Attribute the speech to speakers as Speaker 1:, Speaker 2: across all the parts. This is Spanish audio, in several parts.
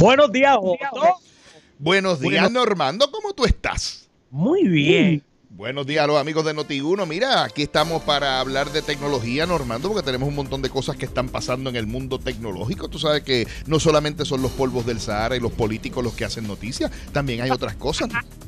Speaker 1: Buenos días, Joto.
Speaker 2: Buenos días, Normando. ¿Cómo tú estás?
Speaker 1: Muy bien.
Speaker 2: Buenos días a los amigos de Noti1. Mira, aquí estamos para hablar de tecnología, Normando, porque tenemos un montón de cosas que están pasando en el mundo tecnológico. Tú sabes que no solamente son los polvos del Sahara y los políticos los que hacen noticias, también hay otras cosas.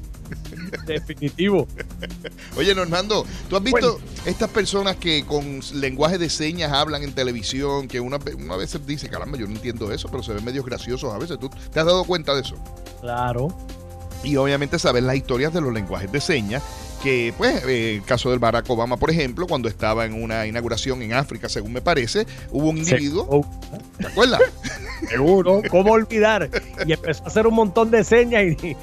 Speaker 1: Definitivo.
Speaker 2: Oye, Normando, ¿tú has visto estas personas que con lenguaje de señas hablan en televisión? Que una vez dice, caramba, yo no entiendo eso, pero se ven medios graciosos a veces. ¿Tú te has dado cuenta de eso?
Speaker 1: Claro.
Speaker 2: Y obviamente saber las historias de los lenguajes de señas, que pues el caso del Barack Obama, por ejemplo, cuando estaba en una inauguración en África, según me parece, hubo un individuo, ¿te acuerdas?
Speaker 1: Seguro, ¿cómo olvidar? Y empezó a hacer un montón de señas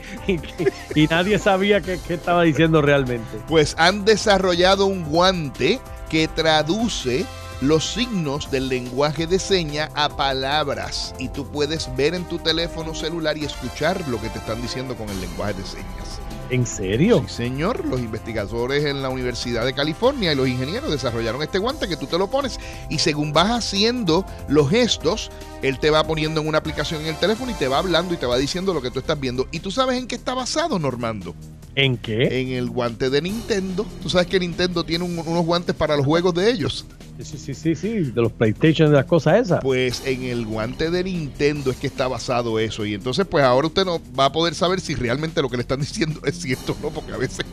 Speaker 1: y nadie sabía qué estaba diciendo realmente.
Speaker 2: Pues han desarrollado un guante que traduce los signos del lenguaje de señas a palabras, y tú puedes ver en tu teléfono celular y escuchar lo que te están diciendo con el lenguaje de señas.
Speaker 1: ¿En serio?
Speaker 2: Sí, señor. Los investigadores en la Universidad de California y los ingenieros desarrollaron este guante que tú te lo pones y según vas haciendo los gestos, él te va poniendo en una aplicación en el teléfono y te va hablando y te va diciendo lo que tú estás viendo. ¿Y tú sabes en qué está basado, Normando?
Speaker 1: ¿En qué?
Speaker 2: En el guante de Nintendo. Tú sabes que Nintendo tiene unos guantes para los juegos de ellos.
Speaker 1: Sí, de los PlayStation, de las cosas esas.
Speaker 2: Pues en el guante de Nintendo es que está basado eso. Y entonces pues ahora usted no va a poder saber si realmente lo que le están diciendo es cierto o no, porque a veces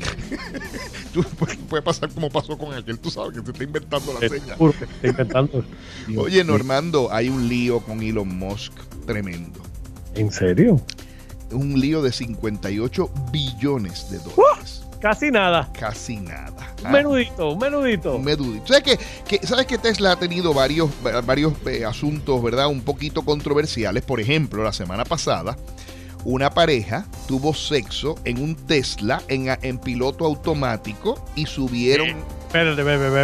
Speaker 2: puede pasar como pasó con aquel, tú sabes, que se está inventando la seña.
Speaker 1: Está inventando.
Speaker 2: Oye, Normando, hay un lío con Elon Musk tremendo.
Speaker 1: ¿En serio?
Speaker 2: Un lío de 58 billones de dólares.
Speaker 1: Casi nada.
Speaker 2: Casi nada.
Speaker 1: Un menudito.
Speaker 2: Un menudito. ¿Sabes que Tesla ha tenido varios asuntos, ¿verdad? Un poquito controversiales. Por ejemplo, la semana pasada, una pareja tuvo sexo en un Tesla en piloto automático y subieron...
Speaker 1: Espérate,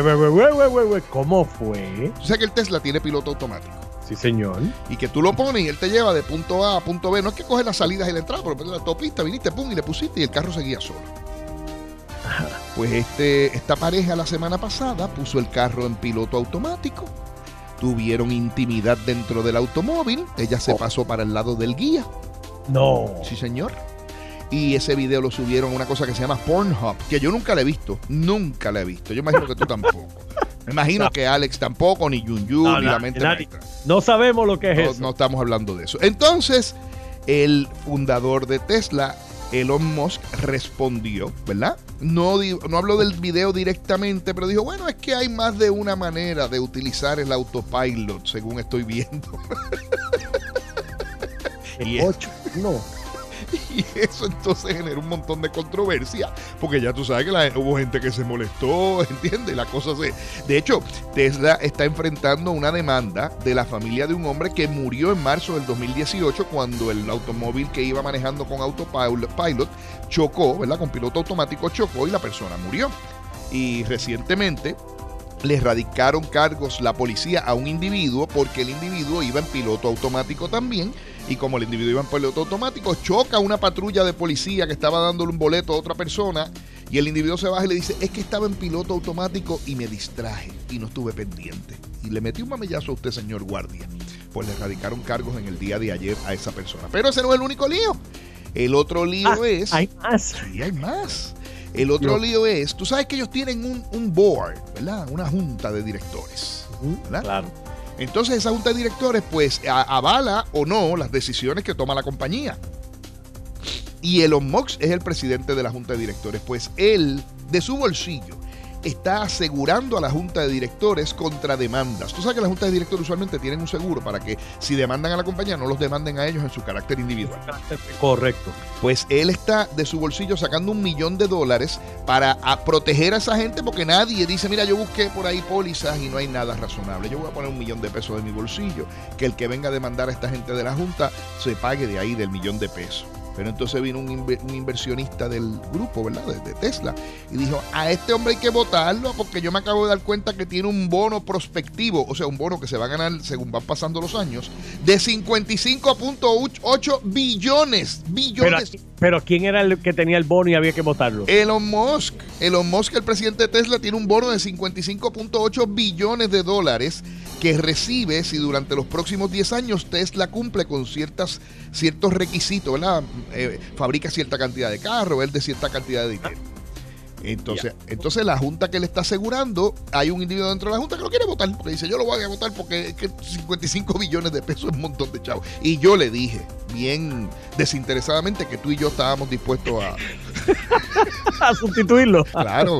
Speaker 1: ¿cómo fue?
Speaker 2: ¿Tú sabes que el Tesla tiene piloto automático?
Speaker 1: Sí, señor.
Speaker 2: Y que tú lo pones y él te lleva de punto A a punto B. No es que coge las salidas y la entrada, pero en la autopista viniste, pum, y le pusiste y el carro seguía solo. Pues esta pareja la semana pasada puso el carro en piloto automático, tuvieron intimidad dentro del automóvil, ella se pasó para el lado del guía.
Speaker 1: No.
Speaker 2: Sí, señor. Y ese video lo subieron a una cosa que se llama Pornhub, que yo nunca la he visto. Yo imagino que tú tampoco. Me imagino que Alex tampoco, ni Yun, ni la mente maestra.
Speaker 1: No sabemos lo que es eso.
Speaker 2: No estamos hablando de eso. Entonces, el fundador de Tesla, Elon Musk, respondió, ¿verdad? No habló del video directamente, pero dijo, bueno, es que hay más de una manera de utilizar el autopilot, según estoy viendo.
Speaker 1: El 8, no.
Speaker 2: Y eso entonces generó un montón de controversia, porque ya tú sabes que hubo gente que se molestó, ¿entiendes? La cosa De hecho, Tesla está enfrentando una demanda de la familia de un hombre que murió en marzo del 2018 cuando el automóvil que iba manejando con autopilot chocó, ¿verdad? Con piloto automático chocó y la persona murió. Y recientemente le radicaron cargos la policía a un individuo porque el individuo iba en piloto automático también. Y como el individuo iba en piloto automático, choca una patrulla de policía que estaba dándole un boleto a otra persona y el individuo se baja y le dice, es que estaba en piloto automático y me distraje y no estuve pendiente. Y le metí un mamillazo a usted, señor guardia. Pues le radicaron cargos en el día de ayer a esa persona. Pero ese no es el único lío. El otro lío es...
Speaker 1: Hay más.
Speaker 2: Sí, hay más. El otro lío es, tú sabes que ellos tienen un board, ¿verdad? Una junta de directores, ¿verdad?
Speaker 1: Claro.
Speaker 2: Entonces esa junta de directores pues avala o no las decisiones que toma la compañía. Y Elon Musk es el presidente de la junta de directores. Pues él, de su bolsillo, está asegurando a la junta de directores contra demandas. Tú sabes que la junta de directores usualmente tienen un seguro para que si demandan a la compañía no los demanden a ellos en su carácter individual.
Speaker 1: Correcto.
Speaker 2: Pues él está de su bolsillo sacando $1 millón para proteger a esa gente, porque nadie dice, mira, yo busqué por ahí pólizas y no hay nada razonable. Yo voy a poner $1 millón de mi bolsillo, que el que venga a demandar a esta gente de la junta se pague de ahí del $1 millón. Pero entonces vino un inversionista del grupo, ¿verdad? De Tesla, y dijo, a este hombre hay que votarlo porque yo me acabo de dar cuenta que tiene un bono prospectivo, o sea, un bono que se va a ganar según van pasando los años, de 55.8 billones.
Speaker 1: Pero ¿quién era el que tenía el bono y había que votarlo?
Speaker 2: Elon Musk. Elon Musk, el presidente de Tesla, tiene un bono de 55.8 billones de dólares que recibe si durante los próximos 10 años Tesla cumple con ciertos requisitos, ¿verdad? Fabrica cierta cantidad de carros, vende cierta cantidad de dinero. Entonces la junta que le está asegurando, hay un individuo dentro de la junta que lo quiere votar, porque dice, yo lo voy a votar porque es que 55 billones de pesos es un montón de chavos. Y yo le dije, bien desinteresadamente, que tú y yo estábamos dispuestos
Speaker 1: a sustituirlo.
Speaker 2: Claro.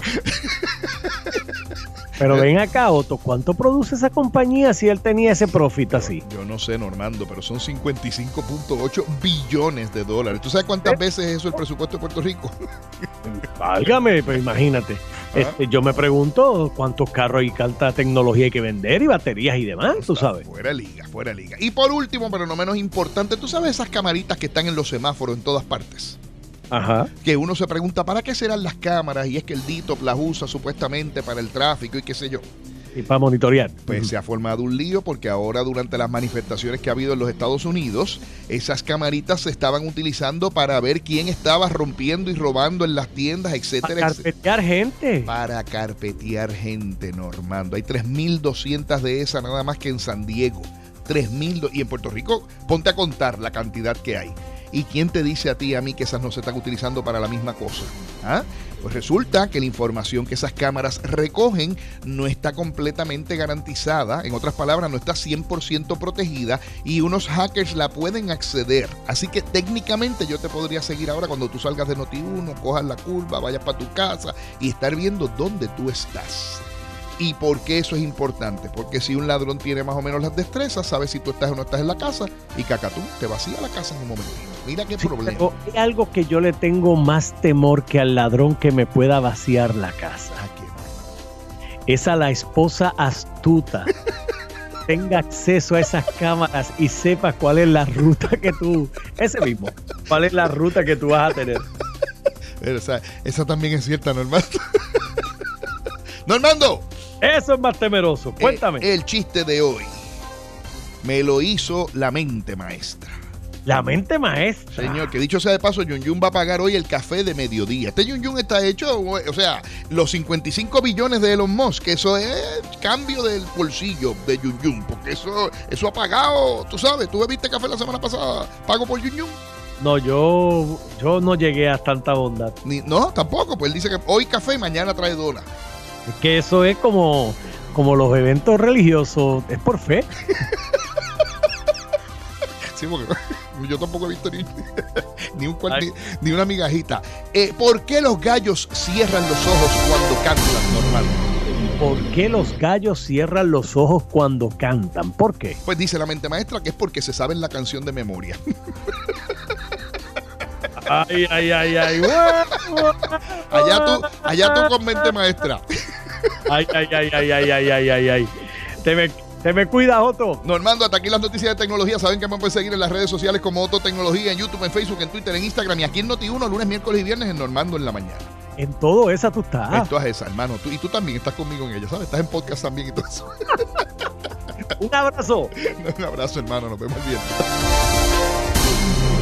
Speaker 1: Pero ven acá, Otto, ¿cuánto produce esa compañía si él tenía ese profit así?
Speaker 2: Yo no sé, Normando, pero son 55.8 billones de dólares. ¿Tú sabes cuántas veces es eso el presupuesto de Puerto Rico?
Speaker 1: Válgame, pues imagínate. Yo me pregunto cuántos carros y cuánta tecnología hay que vender y baterías y demás, tú sabes.
Speaker 2: Fuera liga. Y por último, pero no menos importante, ¿tú sabes esas camaritas que están en los semáforos en todas partes?
Speaker 1: Ajá.
Speaker 2: Que uno se pregunta, ¿para qué serán las cámaras? Y es que el DITOP las usa supuestamente para el tráfico y qué sé yo.
Speaker 1: Y para monitorear.
Speaker 2: Pues se ha formado un lío porque ahora durante las manifestaciones que ha habido en los Estados Unidos, esas camaritas se estaban utilizando para ver quién estaba rompiendo y robando en las tiendas, etcétera.
Speaker 1: Para carpetear gente.
Speaker 2: Para carpetear gente, Normando. Hay 3.200 de esas nada más que en San Diego. 3.000. Y en Puerto Rico, ponte a contar la cantidad que hay. ¿Y quién te dice a ti y a mí que esas no se están utilizando para la misma cosa? ¿Ah? Pues resulta que la información que esas cámaras recogen no está completamente garantizada, en otras palabras, no está 100% protegida y unos hackers la pueden acceder. Así que técnicamente yo te podría seguir ahora cuando tú salgas de Noti1, cojas la curva, vayas para tu casa y estar viendo dónde tú estás. ¿Y por qué eso es importante? Porque si un ladrón tiene más o menos las destrezas, sabe si tú estás o no estás en la casa y cacatú, te vacía la casa en un momentito. Mira qué problema.
Speaker 1: Pero hay algo que yo le tengo más temor que al ladrón que me pueda vaciar la casa. Es a la esposa astuta. Tenga acceso a esas cámaras y sepa cuál es la ruta que tú... Ese mismo. ¿Cuál es la ruta que tú vas a tener?
Speaker 2: Pero, esa también es cierta, Normando. ¡Normando!
Speaker 1: Eso es más temeroso. Cuéntame.
Speaker 2: El chiste de hoy me lo hizo la mente maestra.
Speaker 1: La mente maestra.
Speaker 2: Señor, que dicho sea de paso, Yun Yun va a pagar hoy el café de mediodía. Este Yun Yun está hecho, o sea, los 55 billones de Elon Musk, eso es cambio del bolsillo de Yun Yun, porque eso ha pagado, tú sabes, tú bebiste café la semana pasada, pago por Yun Yun.
Speaker 1: No, yo no llegué a tanta bondad.
Speaker 2: No, tampoco, pues él dice que hoy café y mañana trae dona.
Speaker 1: Es que eso es como los eventos religiosos, es por fe.
Speaker 2: Sí, porque yo tampoco he visto ni una migajita. ¿Por qué los gallos cierran los ojos cuando cantan, Normal?
Speaker 1: ¿Por qué los gallos cierran los ojos cuando cantan? ¿Por qué?
Speaker 2: Pues dice la mente maestra que es porque se saben la canción de memoria.
Speaker 1: Ay.
Speaker 2: Allá tú con mente maestra.
Speaker 1: Ay. Te me cuidas, Otto.
Speaker 2: Normando, hasta aquí las noticias de tecnología. Saben que me pueden seguir en las redes sociales como Otto Tecnología, en YouTube, en Facebook, en Twitter, en Instagram y aquí en Noti1, lunes, miércoles y viernes en Normando en la mañana.
Speaker 1: En todo esa tú estás.
Speaker 2: En todas esas, hermano. Y tú también estás conmigo en ella, ¿sabes? Estás en podcast también y todo eso.
Speaker 1: Un abrazo.
Speaker 2: Un abrazo, hermano. Nos vemos el viernes.